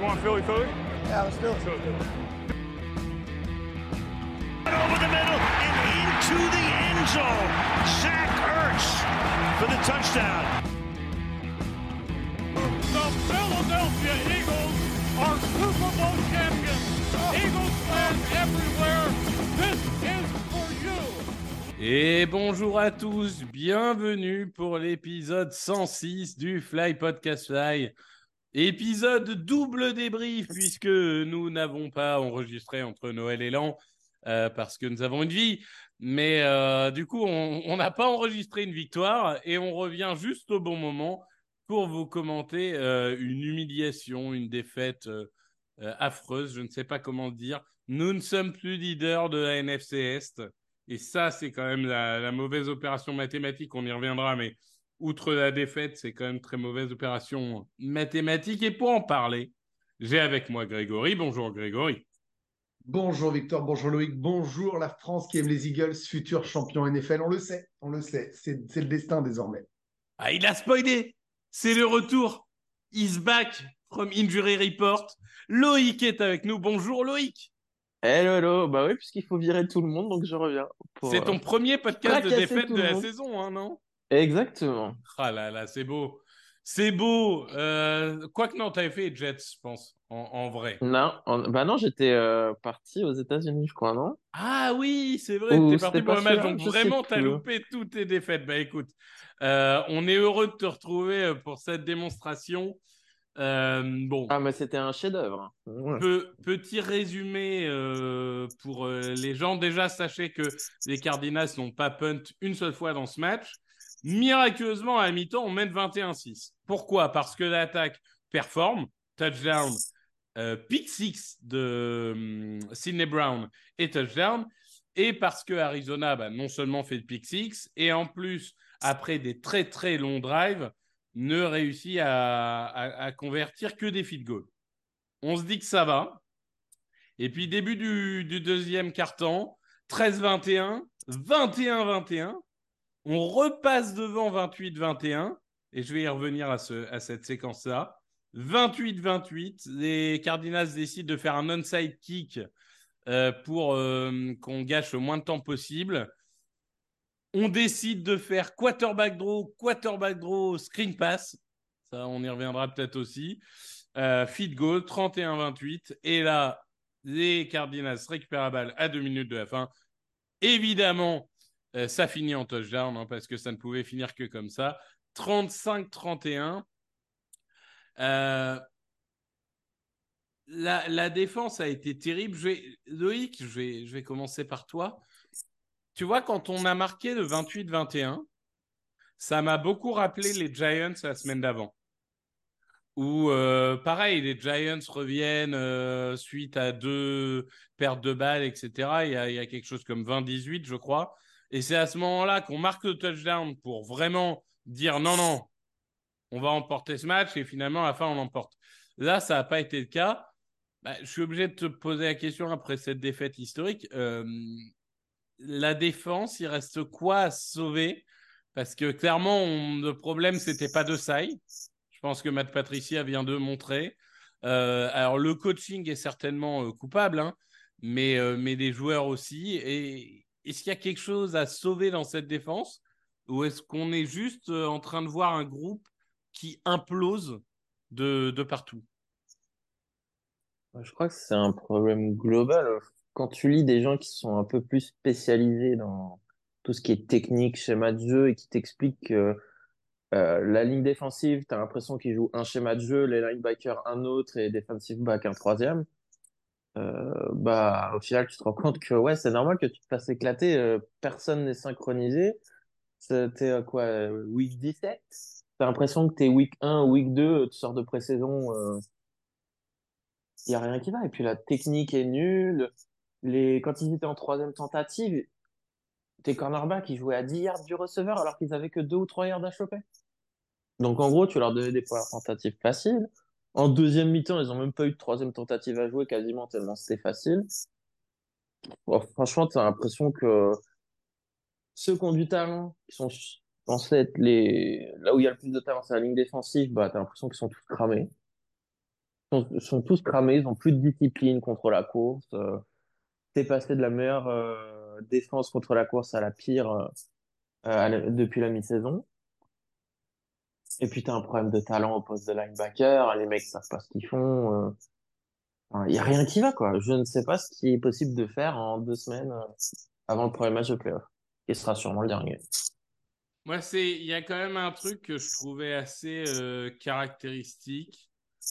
want Philly? Yeah, let's do it. Over the middle and into the end zone. Zach Ertz for the touchdown. The Philadelphia Eagles are Super Bowl champions. Eagles fans everywhere, this is for you. Et bonjour à tous, bienvenue pour l'épisode 106 du Fly Podcast Fly. Épisode double débrief puisque nous n'avons pas enregistré entre Noël et l'an parce que nous avons une vie. Mais du coup, on n'a pas enregistré une victoire et on revient juste au bon moment pour vous commenter une humiliation, une défaite affreuse, je ne sais pas comment le dire. Nous ne sommes plus leaders de la NFC Est. Et ça, c'est quand même la mauvaise opération mathématique. On y reviendra, mais outre la défaite, c'est quand même très mauvaise opération mathématique. Et pour en parler, j'ai avec moi Grégory. Bonjour Grégory. Bonjour Victor, bonjour Loïc, bonjour la France qui aime les Eagles, futurs champions NFL. On le sait, c'est le destin désormais. Ah, il a spoilé. C'est le retour. He's back from Injury Report. Loïc est avec nous. Bonjour Loïc. Hello. Bah oui, puisqu'il faut virer tout le monde, donc je reviens. C'est ton premier podcast de fracasser défaite tout de le la monde. saison, hein, non? Exactement. Ah là là, c'est beau. C'est beau. Quoique non, t'avais fait les Jets, je pense, en vrai. Non, j'étais parti aux États-Unis, je crois, non? Ah oui, c'est vrai, Ou t'es parti c'était pour pas le match, celui-là? donc Je sais vraiment, t'as plus. loupé toutes tes défaites. Bah écoute, on est heureux de te retrouver pour cette démonstration. Bon, Ah, mais c'était un chef-d'œuvre. Ouais. petit résumé pour les gens. Déjà, sachez que les Cardinals n'ont pas punt une seule fois dans ce match. Miraculeusement, à la mi-temps, on mène 21-6. Pourquoi? Parce que l'attaque performe, touchdown, pick six de Sidney Brown et touchdown, et parce que Arizona non seulement fait le pick six, et en plus, après des très très longs drives, ne réussit à convertir que des field goals. On se dit que ça va. Et puis, début du deuxième quart-temps, 13-21, 21-21. On repasse devant 28-21. Et je vais y revenir à cette séquence-là. 28-28. Les Cardinals décident de faire un onside kick pour qu'on gâche le moins de temps possible. On décide de faire quarterback draw, screen pass. Ça, on y reviendra peut-être aussi. Field goal, 31-28. Et là, les Cardinals récupèrent la balle à 2 minutes de la fin. Évidemment, ça finit en touchdown hein, parce que ça ne pouvait finir que comme ça. 35-31. La défense a été terrible. Loïc, je vais commencer par toi. Tu vois, quand on a marqué le 28-21, ça m'a beaucoup rappelé les Giants la semaine d'avant. Où, pareil, les Giants reviennent suite à 2 pertes de balles, etc. Il y a quelque chose comme 20-18, je crois. Et c'est à ce moment-là qu'on marque le touchdown pour vraiment dire non, on va emporter ce match et finalement, à la fin, on l'emporte. Là, ça n'a pas été le cas. Je suis obligé de te poser la question après cette défaite historique. La défense, il reste quoi à sauver? Parce que clairement, le problème, c'était pas de Sai. Je pense que Matt Patricia vient de montrer. Alors, le coaching est certainement coupable, hein, mais les joueurs aussi. Et est-ce qu'il y a quelque chose à sauver dans cette défense? Ou est-ce qu'on est juste en train de voir un groupe qui implose de partout? Je crois que c'est un problème global. Quand tu lis des gens qui sont un peu plus spécialisés dans tout ce qui est technique, schéma de jeu, et qui t'expliquent que la ligne défensive, tu as l'impression qu'ils jouent un schéma de jeu, les linebackers un autre et defensive back un troisième. Bah, au final, tu te rends compte que ouais, c'est normal que tu te fasses éclater. Personne n'est synchronisé. T'es quoi, week 17? T'as l'impression que t'es week 1, week 2, tu sors de pré-saison, y a rien qui va. Et puis la technique est nulle. Quand ils étaient en troisième tentative, tes cornerbacks, ils jouaient à 10 yards du receveur alors qu'ils avaient que 2 ou 3 yards à choper. Donc en gros, tu leur donnais des premières tentatives faciles. En deuxième mi-temps, ils ont même pas eu de troisième tentative à jouer quasiment tellement c'était facile. Bon, franchement, t'as l'impression que ceux qui ont du talent, qui sont censés être là où il y a le plus de talent, c'est la ligne défensive, bah t'as l'impression qu'ils sont tous cramés. sont tous cramés, ils ont plus de discipline contre la course. T'es passé de la meilleure défense contre la course à la pire depuis la mi-saison. Et puis t'as un problème de talent au poste de linebacker, les mecs savent pas ce qu'ils font. Il y a rien qui va, quoi. Je ne sais pas ce qui est possible de faire en 2 semaines avant le premier match de playoff, qui sera sûrement le dernier. Moi, il y a quand même un truc que je trouvais assez caractéristique.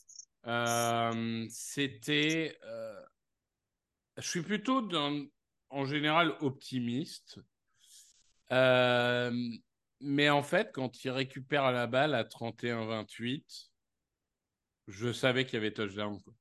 C'était, je suis plutôt en général optimiste. Euh, mais en fait, quand il récupère la balle à 31-28, je savais qu'il y avait touchdown, quoi.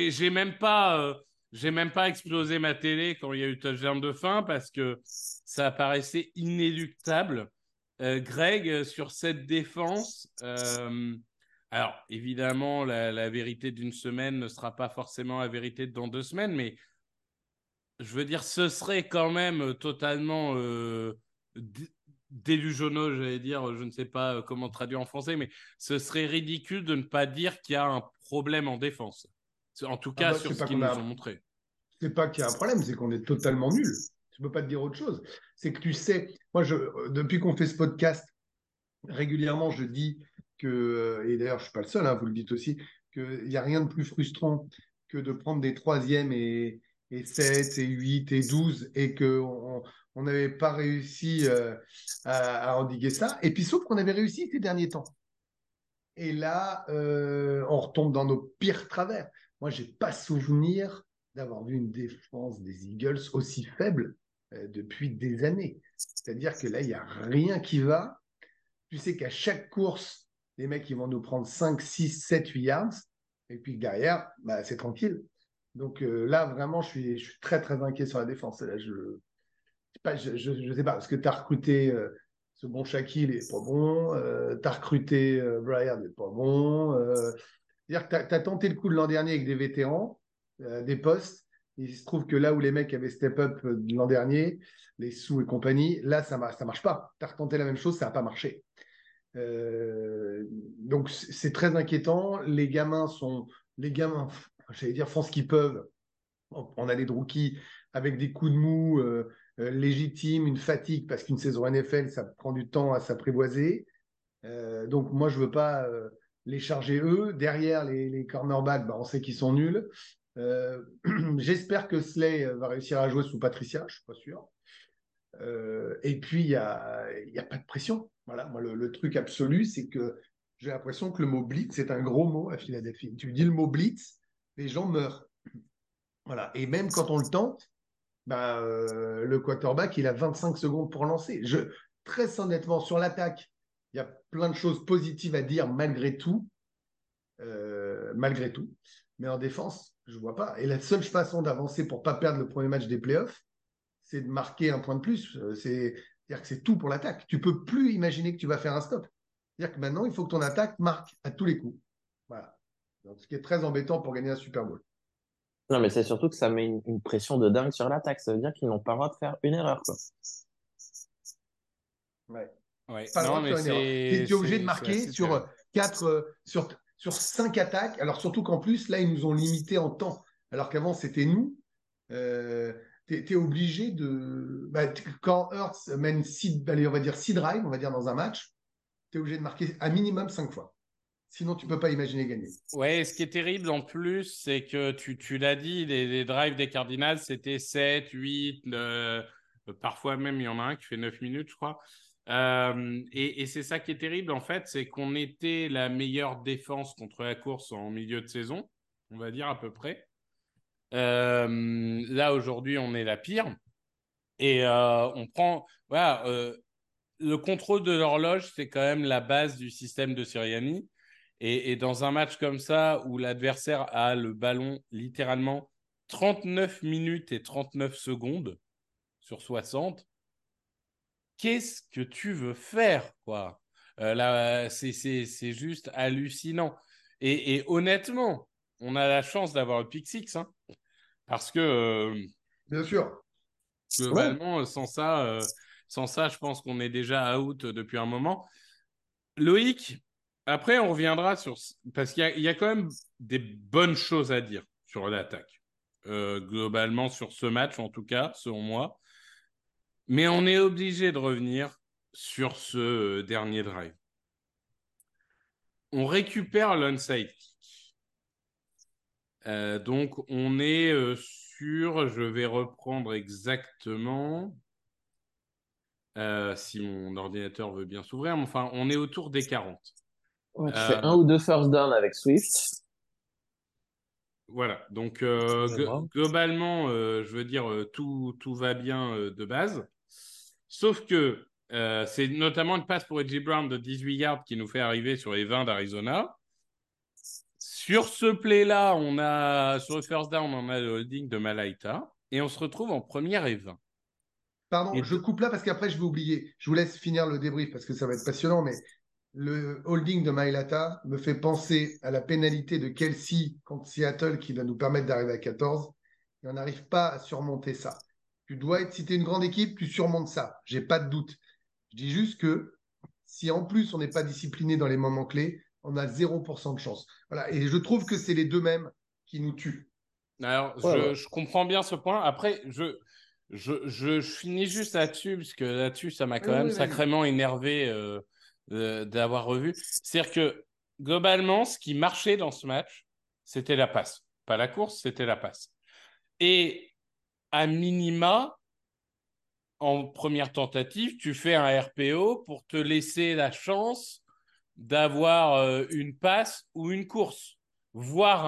J'ai même pas explosé ma télé quand il y a eu touchdown de fin parce que ça paraissait inéluctable. Greg, sur cette défense, alors évidemment, la vérité d'une semaine ne sera pas forcément la vérité de dans 2 semaines, mais je veux dire, ce serait quand même totalement délusionneux, j'allais dire, je ne sais pas comment traduire en français, mais ce serait ridicule de ne pas dire qu'il y a un problème en défense. En tout Ah cas, bah, sur c'est ce pas qu'ils qu'on nous a, ont montré. c'est pas qu'il y a un problème, c'est qu'on est totalement nul. Je peux pas te dire autre chose. C'est que tu sais, moi, depuis qu'on fait ce podcast, régulièrement, je dis que, et d'ailleurs, je suis pas le seul, hein, vous le dites aussi, qu'il n'y a rien de plus frustrant que de prendre des troisièmes et 7 et 8 et 12 et qu'on on n'avait pas réussi à endiguer ça. Et puis, sauf qu'on avait réussi ces derniers temps. Et là, on retombe dans nos pires travers. Moi, j'ai pas souvenir d'avoir vu une défense des Eagles aussi faible depuis des années. C'est-à-dire que là, il n'y a rien qui va. Tu sais qu'à chaque course, les mecs, ils vont nous prendre 5, 6, 7, 8 yards. Et puis derrière, bah, c'est tranquille. Donc là, vraiment, je suis très, très inquiet sur la défense. Là, je sais pas, parce que tu as recruté ce bon Shaquille, il n'est pas bon. Tu as recruté Brian, il n'est pas bon. C'est-à-dire que tu as tenté le coup de l'an dernier avec des vétérans, des postes. Il se trouve que là où les mecs avaient step up de l'an dernier, les sous et compagnie, là, ça marche pas. Tu as retenté la même chose, ça n'a pas marché. Donc c'est très inquiétant. Les gamins, j'allais dire, font ce qu'ils peuvent en année de rookie avec des coups de mou légitimes, une fatigue parce qu'une saison NFL, ça prend du temps à s'apprivoiser. Donc moi, je veux pas les charger eux. Derrière les cornerbacks, bah, on sait qu'ils sont nuls. J'espère que Slay va réussir à jouer sous Patricia, je suis pas sûr. Et puis, il y a pas de pression. Voilà, moi, le truc absolu, c'est que j'ai l'impression que le mot blitz, c'est un gros mot à Philadelphie. Tu dis le mot blitz, les gens meurent. Voilà. Et même quand on le tente, bah, le quarterback, il a 25 secondes pour lancer. Très honnêtement, sur l'attaque, il y a plein de choses positives à dire malgré tout. Malgré tout. Mais en défense, je ne vois pas. Et la seule façon d'avancer pour ne pas perdre le premier match des playoffs, c'est de marquer un point de plus. C'est-à-dire que c'est tout pour l'attaque. Tu ne peux plus imaginer que tu vas faire un stop. C'est-à-dire que maintenant, il faut que ton attaque marque à tous les coups. Voilà. Donc, ce qui est très embêtant pour gagner un Super Bowl. Non, mais c'est surtout que ça met une pression de dingue sur l'attaque. Ça veut dire qu'ils n'ont pas le droit de faire une erreur, quoi. Ouais. Ouais. Pas le droit Non, de mais faire une erreur. Tu es obligé de c'est marquer assez terrible. sur 5 attaques. Alors, surtout qu'en plus, là, ils nous ont limité en temps. Alors qu'avant, c'était nous. Tu es obligé de. Bah, quand Hurts mène allez, on va dire 6 drives, on va dire dans un match, tu es obligé de marquer à minimum 5 fois. Sinon, tu ne peux pas imaginer gagner. Ouais, ce qui est terrible en plus, c'est que tu l'as dit, les drives des Cardinals, c'était 7, 8, parfois même il y en a un qui fait 9 minutes, je crois. Et c'est ça qui est terrible en fait, c'est qu'on était la meilleure défense contre la course en milieu de saison, on va dire à peu près. Là aujourd'hui, on est la pire. Et on prend. Voilà, le contrôle de l'horloge, c'est quand même la base du système de Sirianni. Et dans un match comme ça, où l'adversaire a le ballon littéralement 39 minutes et 39 secondes sur 60, qu'est-ce que tu veux faire, quoi? Là, c'est juste hallucinant. Et honnêtement, on a la chance d'avoir le pick six, hein, parce que Bien sûr. Ouais. globalement, sans ça, je pense qu'on est déjà out depuis un moment. Loïc, Après, on reviendra sur... Parce qu'il y a quand même des bonnes choses à dire sur l'attaque. Globalement, sur ce match, en tout cas, selon moi. Mais on est obligé de revenir sur ce dernier drive. On récupère l'onside kick. Donc, on est sur... Je vais reprendre exactement... si mon ordinateur veut bien s'ouvrir. Mais enfin, on est autour des 40. Ouais, tu fais un ou deux first down avec Swift. Voilà, donc Je vois. globalement, je veux dire, tout va bien de base. Sauf que c'est notamment une passe pour A.J. Brown de 18 yards qui nous fait arriver sur les 20 d'Arizona. Sur ce play-là, sur le first down, on a le holding de Malaita et on se retrouve en première et 20. Pardon, Et je coupe là parce qu'après, je vais oublier. Je vous laisse finir le débrief parce que ça va être passionnant, mais le holding de Mailata me fait penser à la pénalité de Kelsey contre Seattle qui doit nous permettre d'arriver à 14. Et on n'arrive pas à surmonter ça. Si tu es une grande équipe, tu surmontes ça. J'ai pas de doute. Je dis juste que si en plus on n'est pas discipliné dans les moments clés, on a 0% de chance. Voilà. Et je trouve que c'est les deux mêmes qui nous tuent. alors, Ouais. je comprends bien ce point. Après, je finis juste là-dessus, parce que là-dessus, ça m'a quand même Oui, vas-y. sacrément énervé d'avoir revu. C'est-à-dire que globalement, ce qui marchait dans ce match, c'était la passe. Pas la course, c'était la passe. Et à minima, en première tentative, tu fais un RPO pour te laisser la chance d'avoir une passe ou une course, voire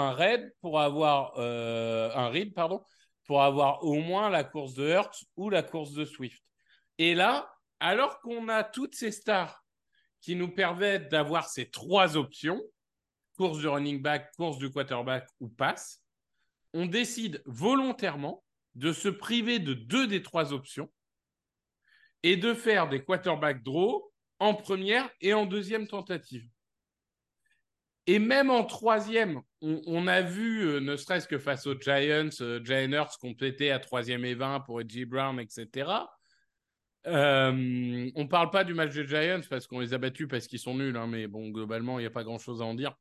un read, pardon, pour avoir au moins la course de Hurts ou la course de Swift. Et là, alors qu'on a toutes ces stars qui nous permettent d'avoir ces trois options, course du running back, course du quarterback ou passe, on décide volontairement de se priver de deux des trois options et de faire des quarterback draw en première et en deuxième tentative. Et même en troisième, on a vu, ne serait-ce que face aux Giants, Jalen Hurts complété à troisième et 20 pour A.J. Brown, etc. On ne parle pas du match des Giants parce qu'on les a battus parce qu'ils sont nuls, hein, mais bon, globalement, il n'y a pas grand-chose à en dire.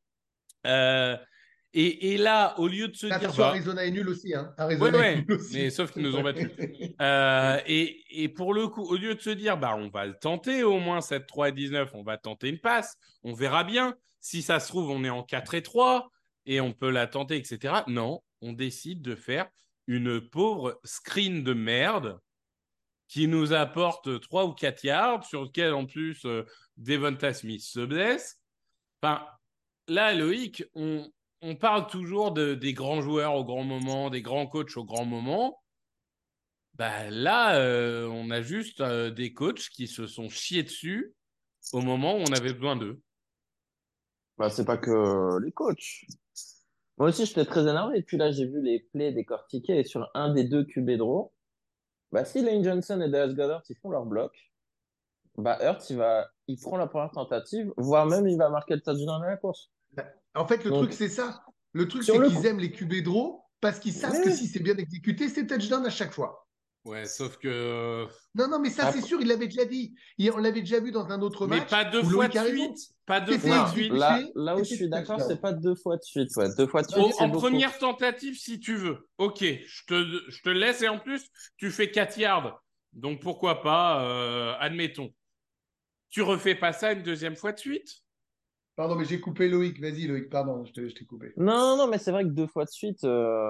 Et là, au lieu de se dire... Attention, Arizona est nul aussi. Hein. Ouais, Arizona est ouais, nul aussi. mais sauf qu'ils nous ont battus. Et pour le coup, au lieu de se dire, bah, on va le tenter au moins, cette 3-19, on va tenter une passe, on verra bien. Si ça se trouve, on est en 4-3 et on peut la tenter, etc. Non, on décide de faire une pauvre screen de merde qui nous apporte 3 ou 4 yards, sur lequel, en plus, Devonta Smith se blesse. Enfin, là, Loïc, on parle toujours des grands joueurs au grand moment, des grands coachs au grand moment. Bah, là, on a juste des coachs qui se sont chiés dessus au moment où on avait besoin d'eux. Bah, c'est pas que les coachs. Moi aussi, j'étais très énervé. Et puis là, j'ai vu les plays décortiqués et sur un des deux QB draw, bah, si Lane Johnson et Dallas Goedert, ils font leur bloc, bah, Hurts, il prend la première tentative, voire même il va marquer le touchdown à la course. En fait, le truc, Donc, c'est ça. Le truc, sur c'est le qu'ils coup, aiment les QB draw parce qu'ils savent que mais si c'est bien exécuté, c'est touchdown à chaque fois. Ouais, sauf que... Non, non, mais ça, c'est après, sûr, il l'avait déjà dit. On l'avait déjà vu dans un autre Mais match pas deux où fois Loïc de a suite. raison. Pas deux C'était fois de non, suite. exécuté, là où je c'était suis d'accord, c'est touchdown. pas deux fois de suite. Ouais. Deux fois de Non, suite, c'est En beaucoup. première tentative, si tu veux. Ok, je te laisse et en plus, tu fais 4 yards. Donc pourquoi pas, admettons. Tu refais pas ça une deuxième fois de suite? pardon, mais j'ai coupé Loïc. Vas-y, Loïc, pardon, je t'ai coupé. Non, non, mais c'est vrai que deux fois de suite.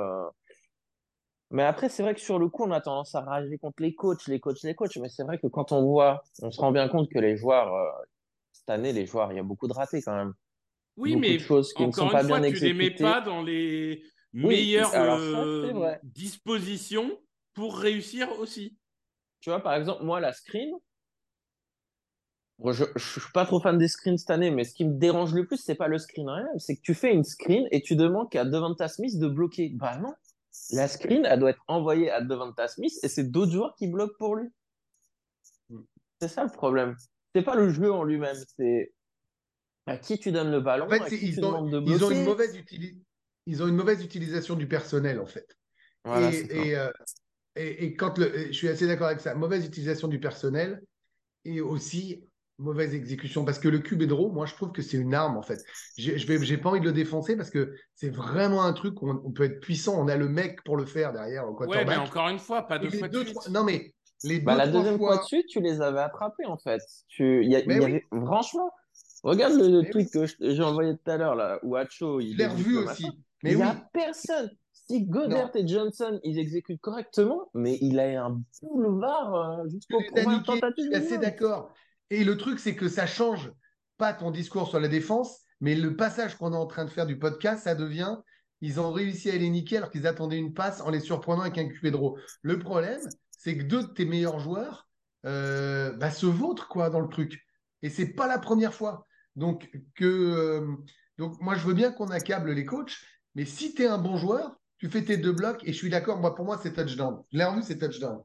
Mais après, c'est vrai que sur le coup, on a tendance à rager contre les coachs, les coachs, les coachs. Mais c'est vrai que quand on voit, on se rend bien compte que les joueurs, cette année, les joueurs, il y a beaucoup de ratés quand même. Oui, Beaucoup de mais choses qui ne sont encore une pas fois, bien tu les mets pas exécutées. dans les Oui, meilleures alors ça, c'est vrai. dispositions pour réussir aussi. Tu vois, par exemple, moi, la screen, bon, je suis pas trop fan des screens cette année, mais ce qui me dérange le plus, c'est pas le screen rien, c'est que tu fais une screen et tu demandes qu'à Devonta Smith de bloquer. Bah non, la screen, elle doit être envoyée à Devonta Smith et c'est d'autres joueurs qui bloquent pour lui. C'est ça le problème. C'est pas le jeu en lui-même, c'est à qui tu donnes le En ballon, fait, à qui tu ils ont, demandes de ils ont une bloquer. mauvaise ils ont une mauvaise utilisation du personnel, en fait. Voilà, c'est ça. Et, et, euh, et quand je suis assez d'accord avec ça, mauvaise utilisation du personnel et aussi Mauvaise exécution. Parce que le cube et draw, moi, je trouve que c'est une arme, en fait. J'ai pas envie de le défoncer parce que c'est vraiment un truc où on peut être puissant. On a le mec pour le faire derrière au Ouais, mais quarterback. encore une fois, pas Et deux fois de suite. non, mais les Bah, deux, la trois deuxième fois de fois. suite, tu les avais attrapés, en fait. Mais Il y oui, avait, franchement, regarde le mais oui. truc que j'ai envoyé tout à l'heure, là, où Hacho, Je il l'ai exécute revu le machin. aussi. Mais Il y oui. a personne. Si Goddard Non. et Johnson, ils exécutent correctement, mais il a un boulevard Tu jusqu'aux les as premières niqués, je tentatives suis assez minimum. d'accord. Et le truc, c'est que ça change pas ton discours sur la défense, mais le passage qu'on est en train de faire du podcast, ça devient, ils ont réussi à les niquer alors qu'ils attendaient une passe en les surprenant avec un QB de draw. Le problème, c'est que deux de tes meilleurs joueurs se vautrent quoi, dans le truc. Et c'est pas la première fois. Donc, donc moi, je veux bien qu'on accable les coachs, mais si tu es un bon joueur, tu fais tes deux blocs, et je suis d'accord, moi, pour moi, c'est touchdown. Je l'ai revu, c'est touchdown.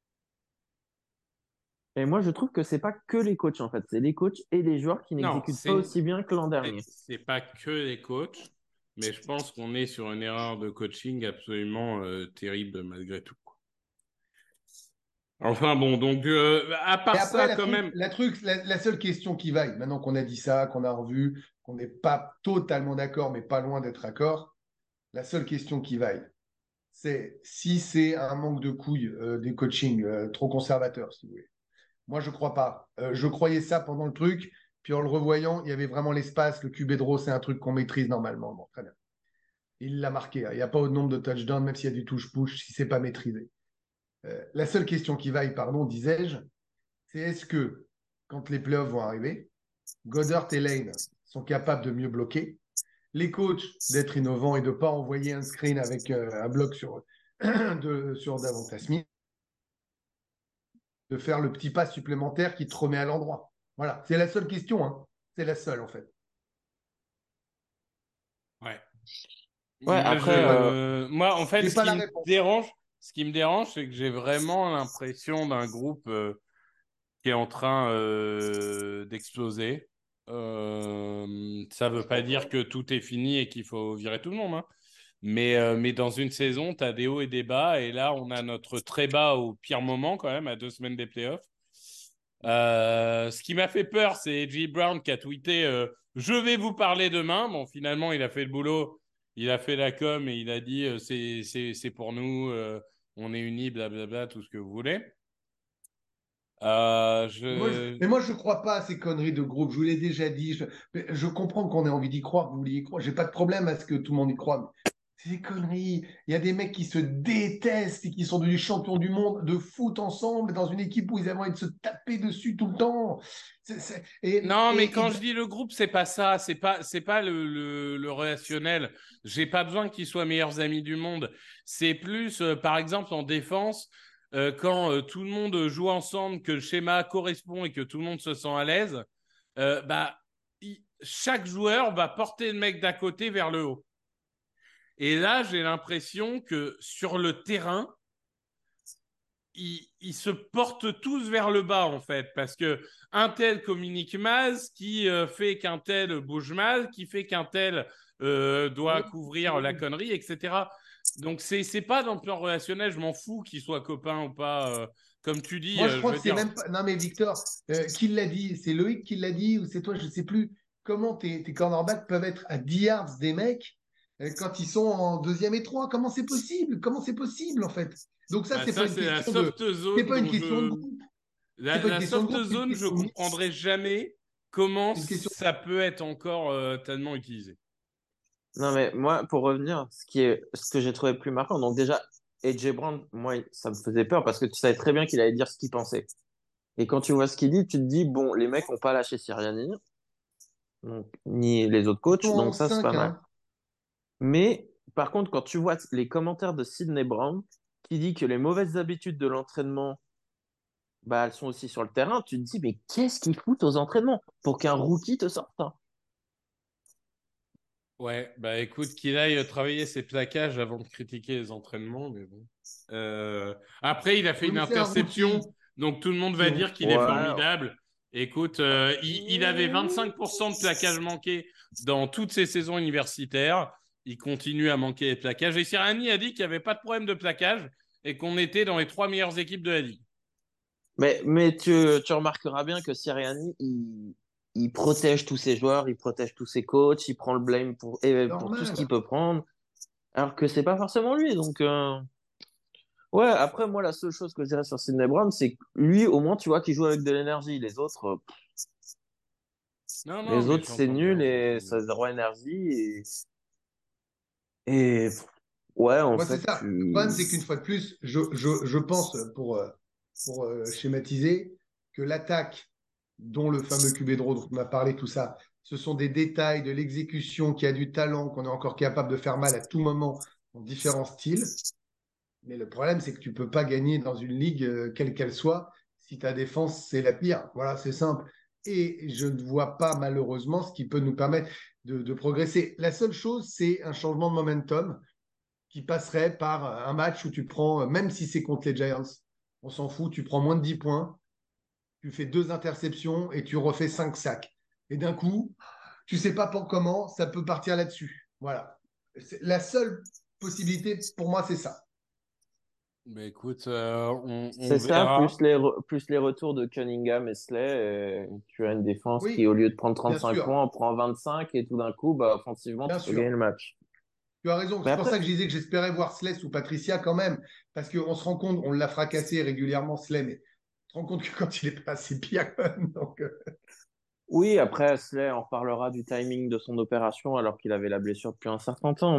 Et moi, je trouve que c'est pas que les coachs, en fait. C'est les coachs et les joueurs qui Non, n'exécutent pas aussi bien que l'an dernier. c'est pas que les coachs, mais je pense qu'on est sur une erreur de coaching absolument terrible malgré tout. Enfin bon, donc à Et part après, ça, quand même. la seule question qui vaille, maintenant qu'on a dit ça, qu'on a revu, qu'on n'est pas totalement d'accord, mais pas loin d'être d'accord, la seule question qui vaille, c'est si c'est un manque de couilles des coachings trop conservateurs, si vous voulez. Moi, je crois pas. Je croyais ça pendant le truc, puis en le revoyant, il y avait vraiment l'espace. Le QB draw, c'est un truc qu'on maîtrise normalement. Bon, très bien. Il l'a marqué. Hein. Il n'y a pas au nombre de touchdowns, même s'il y a du touche-push, si c'est pas maîtrisé. La seule question qui vaille, pardon, disais-je, c'est est-ce que, quand les playoffs vont arriver, Goddard et Lane sont capables de mieux bloquer, les coachs d'être innovants et de ne pas envoyer un screen avec un bloc sur Davante Smith, de faire le petit pas supplémentaire qui te remet à l'endroit. Voilà, c'est la seule question. Hein. C'est la seule, en fait. Ouais. Ouais, Moi, après, moi, en fait, J'ai pas la réponse. ce qui me dérange, c'est que j'ai vraiment l'impression d'un groupe qui est en train d'exploser. Ça veut pas dire que tout est fini et qu'il faut virer tout le monde, hein. Mais dans une saison, tu as des hauts et des bas. Et là, on a notre très bas au pire moment, quand même, à 2 semaines des playoffs. Ce qui m'a fait peur, c'est J. Brown qui a tweeté je vais vous parler demain. Bon, finalement, il a fait le boulot, il a fait la com et il a dit c'est pour nous, on est unis, blablabla, tout ce que vous voulez. Je... Mais moi, je ne crois pas à ces conneries de groupe. Je vous l'ai déjà dit. Je comprends qu'on ait envie d'y croire, que vous vouliez y croire. J'ai pas de problème à ce que tout le monde y croit. Mais c'est des conneries. Il y a des mecs qui se détestent et qui sont devenus champions du monde de foot ensemble dans une équipe où ils avaient envie de se taper dessus tout le temps. Non, mais quand je dis le groupe, c'est pas ça. C'est pas le relationnel. J'ai pas besoin qu'ils soient meilleurs amis du monde. C'est plus, par exemple, en défense, quand tout le monde joue ensemble, que le schéma correspond et que tout le monde se sent à l'aise, chaque joueur va porter le mec d'à côté vers le haut. Et là, j'ai l'impression que sur le terrain, ils se portent tous vers le bas, en fait, parce que un tel communique mal, qui fait qu'un tel bouge mal, qui fait qu'un tel doit couvrir la connerie, etc. Donc, c'est pas dans le plan relationnel, je m'en fous qu'ils soient copains ou pas. Comme tu dis, moi, je je crois veux que c'est dire. même pas. Non, mais Victor, qui l'a dit? C'est Loïc qui l'a dit ou c'est toi? Je ne sais plus. Comment tes cornerbacks peuvent être à 10 yards des mecs quand ils sont en deuxième et trois? Comment c'est possible? Comment c'est possible, en fait? Donc, ça, Bah, c'est pas ça, une c'est la question de. soft C'est zone pas une dont question de je. groupe. C'est La, pas une la question de soft groupe, c'est une zone, je question de. comprendrai jamais comment Une question. ça peut être encore tellement utilisé. non, mais moi, pour revenir, ce que j'ai trouvé plus marquant, donc déjà, AJ Brown, moi, ça me faisait peur parce que tu savais très bien qu'il allait dire ce qu'il pensait. Et quand tu vois ce qu'il dit, tu te dis, bon, les mecs n'ont pas lâché Sirianni, donc, ni les autres Ils coachs, sont en donc ça, c'est pas 5, mal. hein. Mais par contre, quand tu vois les commentaires de Sidney Brown, qui dit que les mauvaises habitudes de l'entraînement, bah, elles sont aussi sur le terrain, tu te dis, mais qu'est-ce qu'ils foutent aux entraînements pour qu'un rookie te sorte, hein. Ouais, bah écoute, qu'il aille travailler ses plaquages avant de critiquer les entraînements, mais bon. Après, il a fait Oui, une mais c'est un rookie. interception, donc tout le monde C'est va un dire qu'il est Ouais, formidable. Écoute, il avait 25% de plaquages manqués dans toutes ses saisons universitaires. Il continue à manquer les plaquages. Et Sirianni a dit qu'il n'y avait pas de problème de plaquage et qu'on était dans les 3 meilleures équipes de la ligue. Mais tu remarqueras bien que Sirianni, il protège tous ses joueurs, il protège tous ses coachs, il prend le blame pour tout ce qu'il Normal. peut prendre, alors que c'est pas forcément lui. Donc, ouais, après, moi, la seule chose que je dirais sur Sidney Brown, c'est que lui, au moins, tu vois qu'il joue avec de l'énergie. Non, non, Les mais autres, c'est j'entends nul bien, et j'entends ça bien. a zéro énergie. Et ouais, en Moi, c'est fait, ça. Le problème, c'est qu'une fois de plus, je pense, pour schématiser, que l'attaque dont le fameux QB dont on a parlé, tout ça, ce sont des détails de l'exécution qui a du talent, qu'on est encore capable de faire mal à tout moment en différents styles. Mais le problème, c'est que tu ne peux pas gagner dans une ligue, quelle qu'elle soit, si ta défense, c'est la pire. Voilà, c'est simple. Et je ne vois pas, malheureusement, ce qui peut nous permettre de progresser. La seule chose, c'est un changement de momentum qui passerait par un match où tu prends, même si c'est contre les Giants, on s'en fout, tu prends moins de 10 points, tu fais 2 interceptions et tu refais 5 sacs. Et d'un coup, tu ne sais pas pour comment, ça peut partir là-dessus. Voilà. La seule possibilité pour moi, c'est ça. Bah écoute, on c'est ça, verra. plus les retours de Cunningham et Slay. Tu as une défense qui, Oui, au lieu de prendre bien 35 sûr, points, en prend 25 et tout d'un coup, bah, offensivement, bien tu peux gagner sûr. le match. Tu as raison. Mais C'est pour après, ça que je disais que j'espérais voir Slay ou Patricia quand même. Parce qu'on se rend compte, on l'a fracassé régulièrement, Slay, mais on se rend compte que quand il est pas assez pire, quand même. Donc, oui, après, Slay, on reparlera du timing de son opération alors qu'il avait la blessure depuis un certain temps.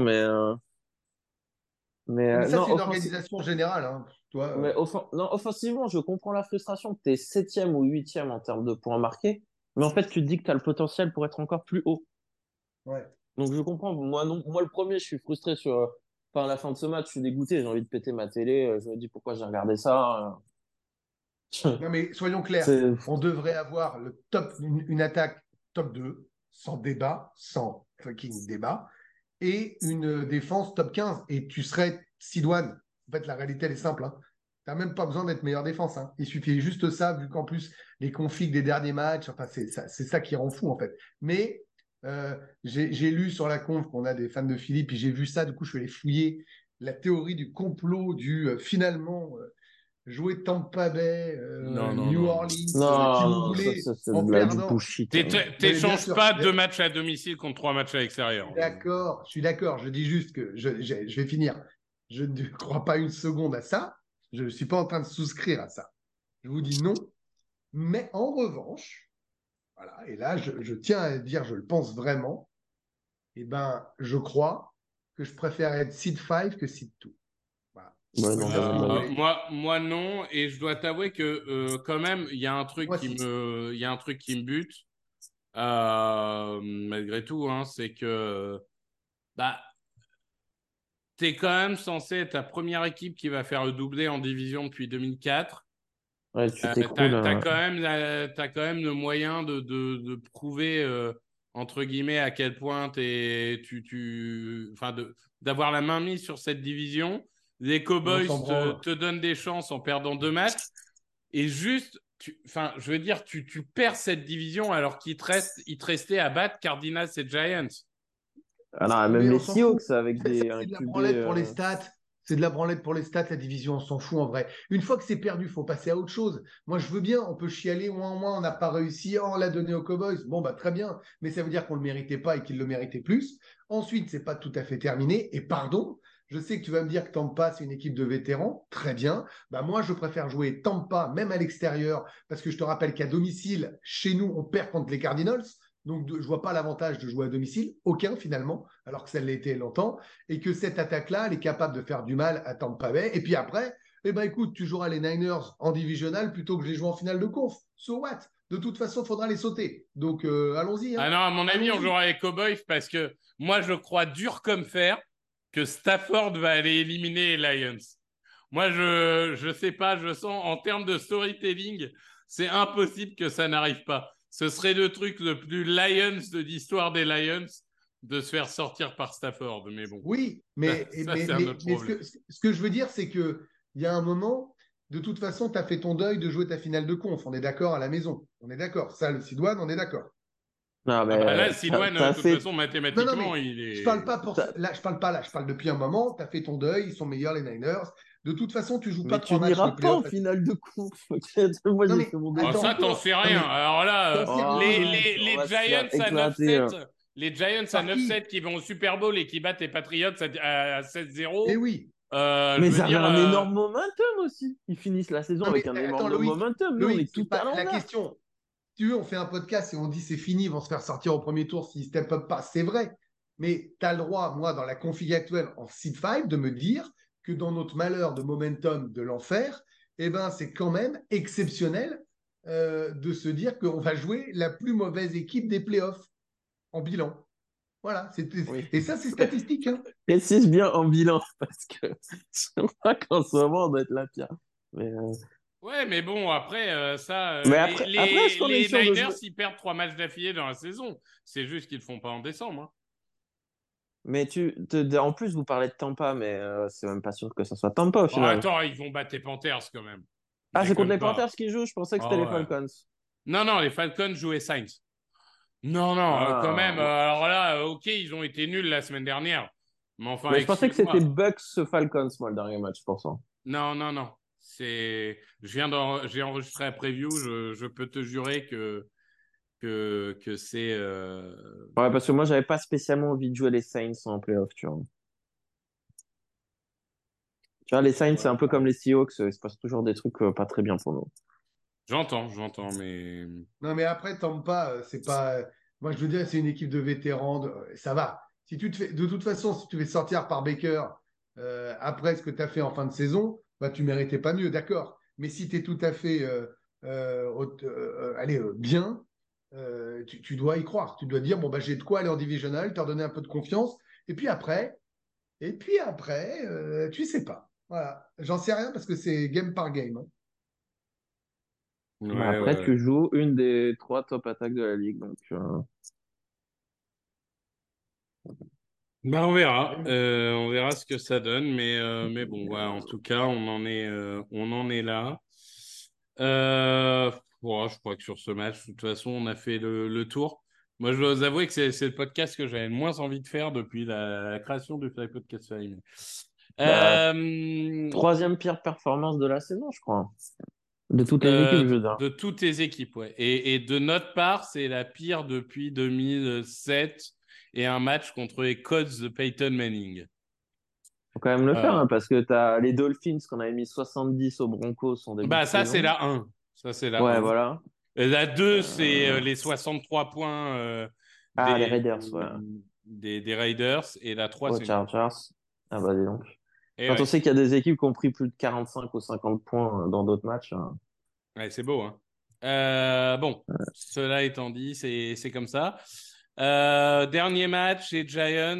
mais ça, Non, c'est une organisation générale. Hein. Toi, non, offensivement, je comprends la frustration. Tu es septième ou huitième en termes de points marqués. Mais en fait, tu te dis que tu as le potentiel pour être encore plus haut. ouais. Donc je comprends. Moi, non, moi le premier, je suis frustré par la fin de ce match. Je suis dégoûté. J'ai envie de péter ma télé. Je me dis pourquoi j'ai regardé ça. Non, mais soyons clairs, C'est... on devrait avoir le top, une attaque top 2 sans débat, sans fucking débat, et une défense top 15. Et tu serais Sidoine. En fait, la réalité, elle est simple. Hein. Tu n'as même pas besoin d'être meilleure défense. Hein. Il suffit juste ça, vu qu'en plus, les configs des derniers matchs, enfin, c'est ça qui rend fou, en fait. Mais j'ai lu sur la conf qu'on a des fans de Philippe, et j'ai vu ça, du coup, je suis allé fouiller la théorie du complot du finalement jouer Tampa Bay, Non, non, New non. Orleans, qui vous Non, voulez, c'est en du perdant. bullshit. Mais bien T'échanges sûr, pas 2 matchs à domicile contre 3 matchs à l'extérieur. je suis d'accord. Je dis juste que je vais finir. Je ne crois pas une seconde à ça. Je ne suis pas en train de souscrire à ça. Je vous dis non. Mais en revanche, voilà, et là, je tiens à dire, je le pense vraiment, eh ben, je crois que je préfère être seed 5 que seed 2. Voilà. Ouais, Moi, je non, sais pas ce que vous voulez. Moi non, et je dois t'avouer que quand même, Moi, si. il y a un truc qui me bute, malgré tout, hein, c'est que bah, t'es quand même censé être la première équipe qui va faire le doublé en division depuis 2004. ouais, tu t'écroules. T'as quand même le moyen de prouver, entre guillemets, à quel point d'avoir la main mise sur cette division. Les Mais on Cowboys s'en branle. te donnent des chances en perdant 2 matchs. Et juste, je veux dire, tu perds cette division alors il te restait à battre Cardinals et Giants. Alors, même Mais on les s'en fout. Seahawks avec un C'est de la QB. branlette pour les stats. C'est de la branlette pour les stats, la division, on s'en fout en vrai. Une fois que c'est perdu, il faut passer à autre chose. Moi, je veux bien, on peut chialer, moins, on n'a pas réussi, on l'a donné aux Cowboys. Bon, bah très bien, mais ça veut dire qu'on ne le méritait pas et qu'il le méritait plus. Ensuite, c'est pas tout à fait terminé. Et pardon, je sais que tu vas me dire que Tampa, c'est une équipe de vétérans. Très bien. Bah, moi, je préfère jouer Tampa, même à l'extérieur, parce que je te rappelle qu'à domicile, chez nous, on perd contre les Cardinals. Donc, je ne vois pas l'avantage de jouer à domicile, aucun finalement, alors que ça l'a été longtemps, et que cette attaque-là, elle est capable de faire du mal à Tampa Bay. Et puis après, eh ben écoute, tu joueras les Niners en divisional plutôt que de les jouer en finale de conf. So what? De toute façon, il faudra les sauter. Donc, allons-y. Hein. Ah non, à mon avis, on Allons-y. jouera les Cowboys parce que moi, je crois dur comme fer que Stafford va aller éliminer les Lions. Moi, je sais pas, je sens en termes de storytelling, c'est impossible que ça n'arrive pas. Ce serait le truc le plus Lions de l'histoire des Lions de se faire sortir par Stafford. Mais bon, Oui, ça, mais, ça, mais, c'est un mais, autre mais problème. ce que je veux dire, c'est qu'il y a un moment, de toute façon, tu as fait ton deuil de jouer ta finale de conf. On est d'accord à la maison. On est d'accord. Ça, le Sidoine, on est d'accord. Non, Ah bah là, mais Silouane, de toute façon, Non, non, mathématiquement, mais il je est. parle pas pour là, je parle pas là, je parle depuis un moment. Tu as fait ton deuil, ils sont meilleurs les Niners. De toute façon, tu joues pas mais tu 3 matchs n'iras de pas en playoff. finale de conf. Moi, Non j'ai mais fait mon Oh, deuil. ça, attends, t'en sais non rien. mais Alors là, t'en sais Oh, rien. on les va se faire Giants à éclater. 9-7, les Giants à Par qui? 9-7 qui vont au Super Bowl et qui battent les Patriots à Eh 16-0, oui. je Mais veux ils avaient dire, un énorme momentum aussi. Ils finissent la saison Non mais avec un attends, énorme Loïc. momentum. Nous, on Loïc, est c'est tout à pas la l'envers. question. Si tu veux, on fait un podcast et on dit c'est fini, ils vont se faire sortir au premier tour s'ils step up pas. C'est vrai. Mais tu as le droit, moi, dans la config actuelle en seed 5, de me dire que dans notre malheur de momentum de l'enfer, eh ben, c'est quand même exceptionnel de se dire qu'on va jouer la plus mauvaise équipe des playoffs en bilan. Voilà. Oui. Et ça, c'est statistique. Hein. Précise bien en bilan, parce que je crois qu'en ce moment, on doit être la pire. Mais, ouais, mais bon, après, mais après est-ce qu'on est les sûr de Niners, jouer? ils perdent 3 matchs d'affilée dans la saison. C'est juste qu'ils le font pas en décembre. Hein. Mais en plus, vous parlez de Tampa, mais c'est même pas sûr que ça soit Tampa au Oh, final. attends, ils vont battre les Panthers quand même. Ah, c'est contre Déconne les pas. Panthers qui jouent? Je pensais que c'était les Oh, ouais. Falcons. Non, les Falcons jouaient Saints. Non, quand même. Ah, Alors là, ok, ils ont été nuls la semaine dernière. Mais enfin, mais je pensais que c'était excuse-moi. Bucks-Falcons, moi, le dernier match, pour ça. Non. J'ai enregistré la preview. Je peux te jurer que c'est. Ouais, parce que moi, j'avais pas spécialement envie de jouer les Saints en playoff, tu vois. Tu vois, les Saints, c'est un peu comme les Seahawks, il se passe toujours des trucs pas très bien pour nous. J'entends, mais. Non, mais après, Tampa, c'est pas. Moi, je veux dire, c'est une équipe de vétérans. Ça va. Si tu te fais... De toute façon, si tu fais sortir par Baker après ce que tu as fait en fin de saison, bah, tu méritais pas mieux, d'accord. Mais si tu es tout à fait allez, bien, tu dois y croire. Tu dois dire, bon, bah, j'ai de quoi aller en divisional, te redonner un peu de confiance. Et puis après, tu sais pas. Voilà. J'en sais rien parce que c'est game par game. Hein. Bah, Ouais, après, ouais. tu joues une des 3 top attaques de la ligue, donc Bah, Ouais, On verra ce que ça donne, mais bon, voilà, en tout cas, on en est là. Euh, je crois que sur ce match, de toute façon, on a fait le tour. Moi, je dois vous avouer que c'est le podcast que j'avais le moins envie de faire depuis la création du Fly Podcast Family. bah, Euh, troisième pire performance de la saison, je crois. De toutes les équipes, je veux dire. de toutes les équipes, ouais. Et de notre part, c'est la pire depuis 2007 et un match contre les Colts de Peyton Manning. Faut quand même le faire, Euh, hein, parce que t'as les Dolphins qu'on avait mis 70 aux Broncos en début de Bah, ça, c'est saison. la 1. Ça, c'est la Ouais, 1. voilà. Et la 2, c'est Euh, les 63 points Ah, les des, Raiders, ouais. des Raiders. Et la 3, Aux c'est une. Chargers. Ah bah dis donc. Et Quand on ouais, sait qu'il y a des équipes qui ont pris plus de 45 ou 50 points dans d'autres matchs. ouais, c'est beau, hein. Bon, cela étant dit, c'est comme ça. Dernier match, les Giants,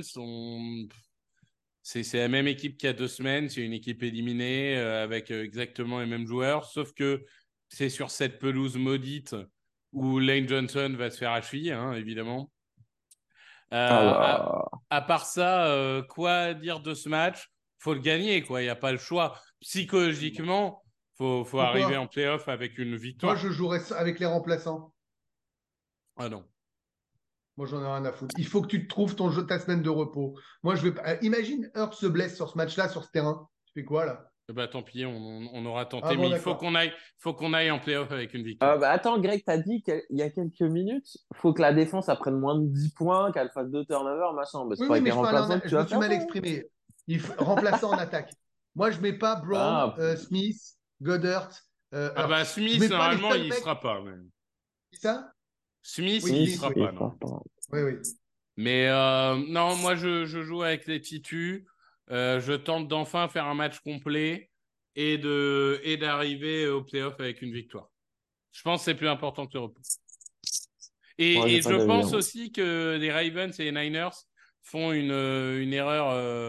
c'est la même équipe qu'il y a 2 semaines. C'est une équipe éliminée avec exactement les mêmes joueurs, sauf que c'est sur cette pelouse maudite où Lane Johnson va se faire à hein, évidemment. Ah À, bah. à part ça, quoi dire de ce match? Faut le gagner, quoi. Il n'y a pas le choix. Psychologiquement, faut arriver en Pourquoi? playoff avec une Moi, victoire. je jouerais avec les remplaçants. Ah non. Moi, j'en ai rien à foutre. Il faut que tu te trouves ta semaine de repos. Moi, je vais pas. Imagine, Hurt se blesse sur ce match-là, sur ce terrain. Tu fais quoi, là? Bah tant pis, on aura Ah tenté, mais bon, il d'accord. faut qu'on aille en playoff avec une victoire. Bah attends, Greg, t'as dit qu'il y a quelques minutes, faut que la défense elle prenne moins de 10 points, qu'elle fasse 2 turnovers, machin. Bah, c'est Oui, pas oui, avec mais les remplaçants que tu je me vas suis faire mal ça, hein. exprimé. Remplaçant en attaque. Moi, je mets pas Brown, Ah, Smith, Goddard, Ah bah Hurts. Je Smith, mets pas les normalement, seuls il mecs. sera pas. Mais... C'est ça? Smith, Oui, il Smith, Smith, oui. sera il pas, sera non. pas. Oui, oui. Mais non, moi, je joue avec les titus. Je tente d'enfin faire un match complet et d'arriver au playoff avec une victoire. Je pense que c'est plus important que le repos. Moi, j'ai Et pas je d'avis, pense hein. aussi que les Ravens et les Niners font une erreur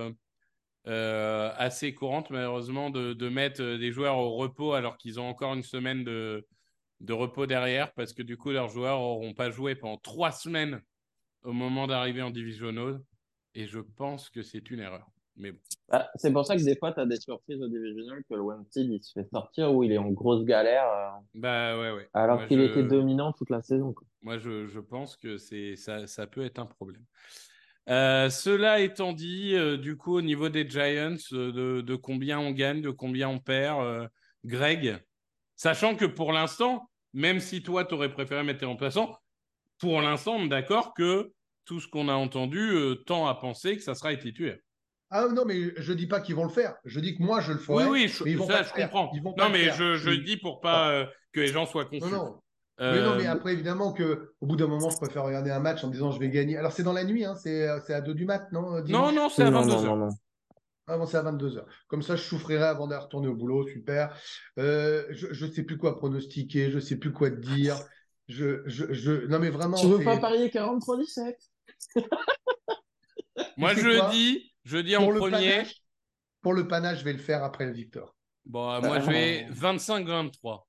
assez courante, malheureusement, de mettre des joueurs au repos alors qu'ils ont encore une semaine de repos derrière, parce que du coup, leurs joueurs n'auront pas joué pendant 3 semaines au moment d'arriver en divisional. Et je pense que c'est une erreur. Mais bon. Bah, c'est pour ça que des fois, tu as des surprises au divisional que le one seed, il se fait sortir où il est en grosse galère, Bah ouais. alors qu'il était dominant toute la saison, quoi. Moi, je pense que ça peut être un problème. Cela étant dit, du coup, au niveau des Giants, de combien on gagne, de combien on perd, Greg, sachant que pour l'instant, même si toi, tu aurais préféré mettre tes remplaçants, pour l'instant, on est d'accord que tout ce qu'on a entendu tend à penser que ça sera les titulaires. Ah non, mais je dis pas qu'ils vont le faire. Je dis que moi, je le ferai, Oui, mais ils vont pas ça, le je faire. comprends. Ils vont pas Non, le mais faire. je dis pour pas que les gens soient Non, confus. non. Mais non, mais Euh, après, évidemment, au bout d'un moment, je préfère regarder un match en disant je vais gagner. Alors, c'est dans la nuit, hein, c'est à 2 du mat, non, dimanche? non, c'est à Non, non, 22h. non, non. Ah bon, c'est à 22h. Comme ça, je souffrirai avant d'aller retourner au boulot, super. Je ne sais plus quoi pronostiquer, je ne sais plus quoi te dire. Non, mais Tu vraiment, veux pas c'est. parier 43-17? Tu Moi, sais quoi? je dis en Pour le premier. panache, pour le panache, je vais le faire après le victoire. Bon, moi, je vais 25-23.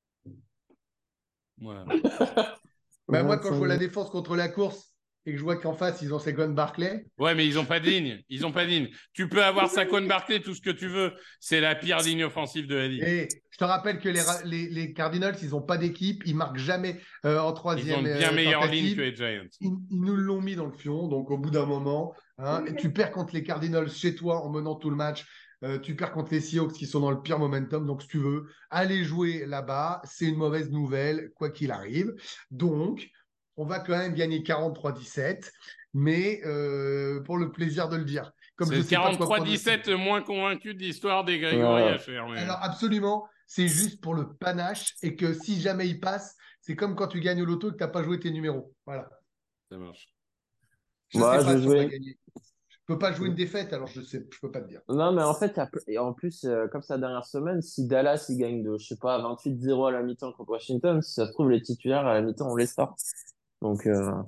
Voilà. Mais moi, quand je vois la 25. défense contre la course et que je vois qu'en face, ils ont Saquon Barclay, Ouais, mais ils ont pas de ligne. Ils ont pas de ligne. Tu peux avoir Saquon Barkley, tout ce que tu veux. C'est la pire ligne offensive de la ligue. et je te rappelle que les Cardinals, ils n'ont pas d'équipe, ils marquent jamais en Ils ont troisième une bien meilleure ligne que tentative. les Giants. Ils nous l'ont mis dans le fion, donc au bout d'un moment, hein, tu perds contre les Cardinals chez toi en menant tout le match. Tu perds contre les Seahawks qui sont dans le pire momentum. Donc, si tu veux, aller jouer là-bas, c'est une mauvaise nouvelle, quoi qu'il arrive. Donc, on va quand même gagner 43-17, mais pour le plaisir de le dire. Comme C'est je le ne sais pas quoi pronostiquer. 43-17 le moins convaincu de l'histoire des Grégory Ouais. HR. Alors, absolument, c'est juste pour le panache et que si jamais il passe, c'est comme quand tu gagnes au loto et que tu n'as pas joué tes numéros. Voilà. Ça marche. Je ne sais Moi, pas je si on va jouais. gagner. Je ne peux pas jouer une défaite, alors je sais, je peux pas te dire. Non, mais en fait, et en plus, comme sa dernière semaine, si Dallas il gagne de, je sais pas, 28-0 à la mi-temps contre Washington, si ça se trouve, les titulaires à la mi-temps, on les sort. Donc,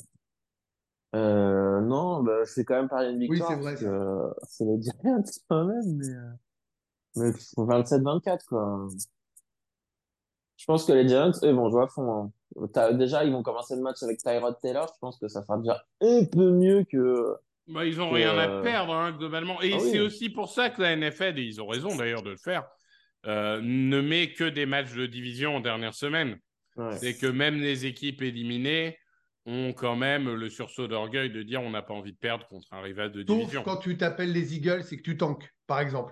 non, bah, je fais quand même parier une Oui, c'est victoire parce vrai que ça. c'est les Giants quand même, mais 27-24, quoi. Je pense que les Giants, eux, vont jouer à fond, hein. Déjà, ils vont commencer le match avec Tyrod Taylor. Je pense que ça fera déjà un peu mieux Bah, ils ont que, rien à perdre, hein, globalement. Et ah c'est oui. aussi pour ça que la NFL, et ils ont raison d'ailleurs de le faire, ne met que des matchs de division en dernière semaine. Ouais. C'est que même les équipes éliminées ont quand même le sursaut d'orgueil de dire on n'a pas envie de perdre contre un rival de Sauf division. quand tu t'appelles les Eagles et que tu tankes, par exemple.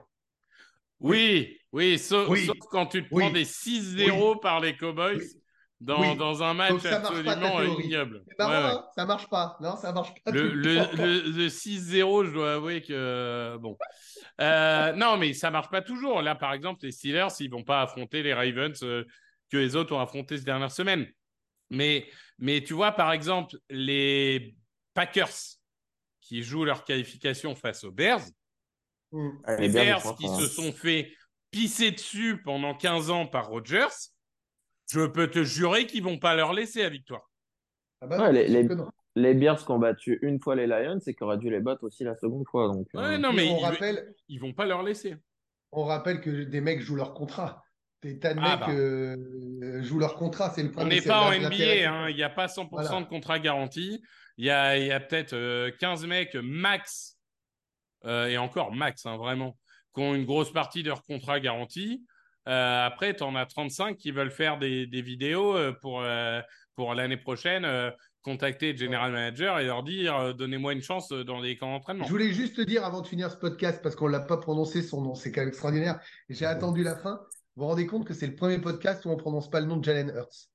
Oui, sauf Oui, quand tu te prends oui, des 6-0 oui, par les Cowboys oui, oui. dans un Donc match ça marche pas ta absolument théorie. ignoble. C'est Ouais, marrant, ouais. hein, ça marche pas. Non, ça marche pas tout Le, le le, temps. le 6-0, je dois avouer que bon. Non, mais ça marche pas toujours. Là, par exemple, les Steelers, ils vont pas affronter les Ravens que les autres ont affrontés ces dernières semaines. Mais tu vois, par exemple, les Packers qui jouent leur qualification face aux Bears, Allez, les bien, ils Bears sont à qui fond, hein. se sont fait pisser dessus pendant 15 ans par Rodgers, je peux te jurer qu'ils vont pas leur laisser la victoire. Ah bah Ouais, non, c'est sûr que non. les Bears qui ont battu une fois les Lions et qui auraient dû les battre aussi la seconde fois. Donc, Ouais, non, Et mais ils vont pas leur laisser. on rappelle que des mecs jouent leur contrat. Des tas de Ah mecs bah, jouent leur contrat, c'est le on problème, n'est c'est pas en l'intérêt. NBA, hein. Il n'y a pas 100% de Voilà. contrat garanti. Il y a peut-être 15 mecs max, et encore max, hein, vraiment, qui ont une grosse partie de leur contrat garanti. Après, tu en as 35 qui veulent faire des vidéos pour l'année prochaine, contacter le general manager et leur dire donnez-moi une chance dans les camps Je d'entraînement. voulais juste te dire avant de finir ce podcast, parce qu'on ne l'a pas prononcé son nom, c'est quand même extraordinaire, et j'ai attendu la fin. Vous vous rendez compte que c'est le premier podcast où on ne prononce pas le nom de Jalen Hurts.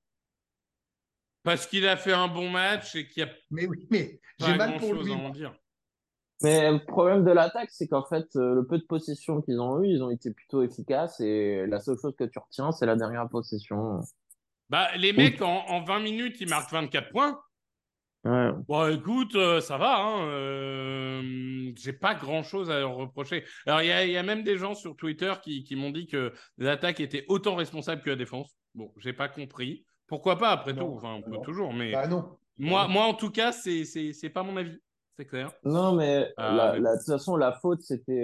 Parce qu'il a fait un bon match et qu'il n'y a Mais oui, mais j'ai pas mal pour grand-chose à lui, en moi. dire. mais le problème de l'attaque, c'est qu'en fait, le peu de possession qu'ils ont eu, ils ont été plutôt efficaces et la seule chose que tu retiens, c'est la dernière possession. Bah, les Ou- mecs, en 20 minutes, ils marquent 24 points. Ouais. Bon, écoute, ça va, hein. J'ai pas grand-chose à leur reprocher. Alors, il y a même des gens sur Twitter qui m'ont dit que l'attaque était autant responsable que la défense. Bon, j'ai pas compris. Pourquoi pas, après tout? Non, Enfin, on peut non. toujours, mais Bah non. moi, en tout cas, c'est pas mon avis. C'est clair. Non, mais Mais bon. de toute façon, la faute, c'était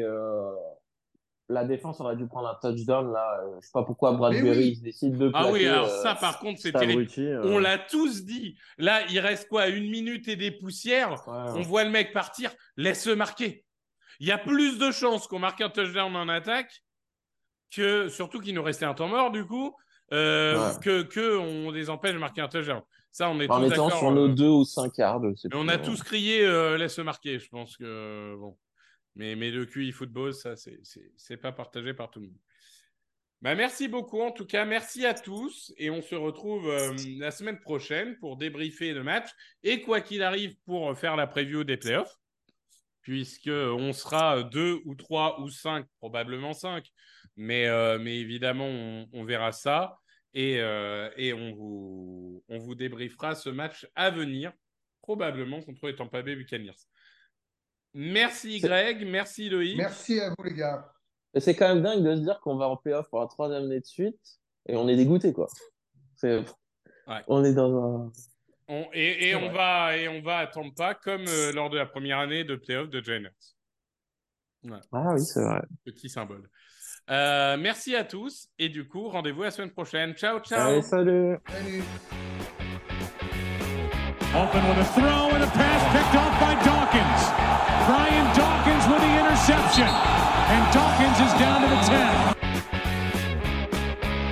la défense aurait dû prendre un touchdown là. Je sais pas pourquoi Mais Bradbury il oui, se décide de Ah oui, plaquer alors ça, par contre, c'est cet terrible. abruti. On l'a tous dit. Là, il reste quoi? 1 minute et des poussières. On Ouais. voit le mec partir. Laisse-le marquer. Il y a plus de chances qu'on marque un touchdown en attaque surtout qu'il nous restait un temps mort du coup, que on les empêche de marquer un touchdown. Ça, on est tous d'accord. En étant sur nos 2 ou 5 yards. On a tous crié laisse marquer. Je pense que bon, mais le QI football, ça c'est pas partagé par tout le monde. Merci beaucoup en tout cas, merci à tous et on se retrouve la semaine prochaine pour débriefer le match et quoi qu'il arrive pour faire la preview des playoffs, puisqu'on sera 2 ou 3 ou 5, probablement 5, mais évidemment on verra ça et on vous débriefera ce match à venir, probablement contre les Tampa Bay Buccaneers. Merci Greg, merci Loïc. Merci à vous les gars. C'est quand même dingue de se dire qu'on va en playoff pour la 3e année de suite et on est dégoûté quoi. On est dans un... On va attendre pas comme lors de la première année de playoff de Giants. Ouais. Ah oui, c'est vrai. Petit symbole. Merci à tous et du coup, rendez-vous la semaine prochaine. Ciao, ciao. Allez, salut. Open with a throw and a pass picked off by Dawkins. Brian Dawkins with the interception. And Dawkins is down to the 10.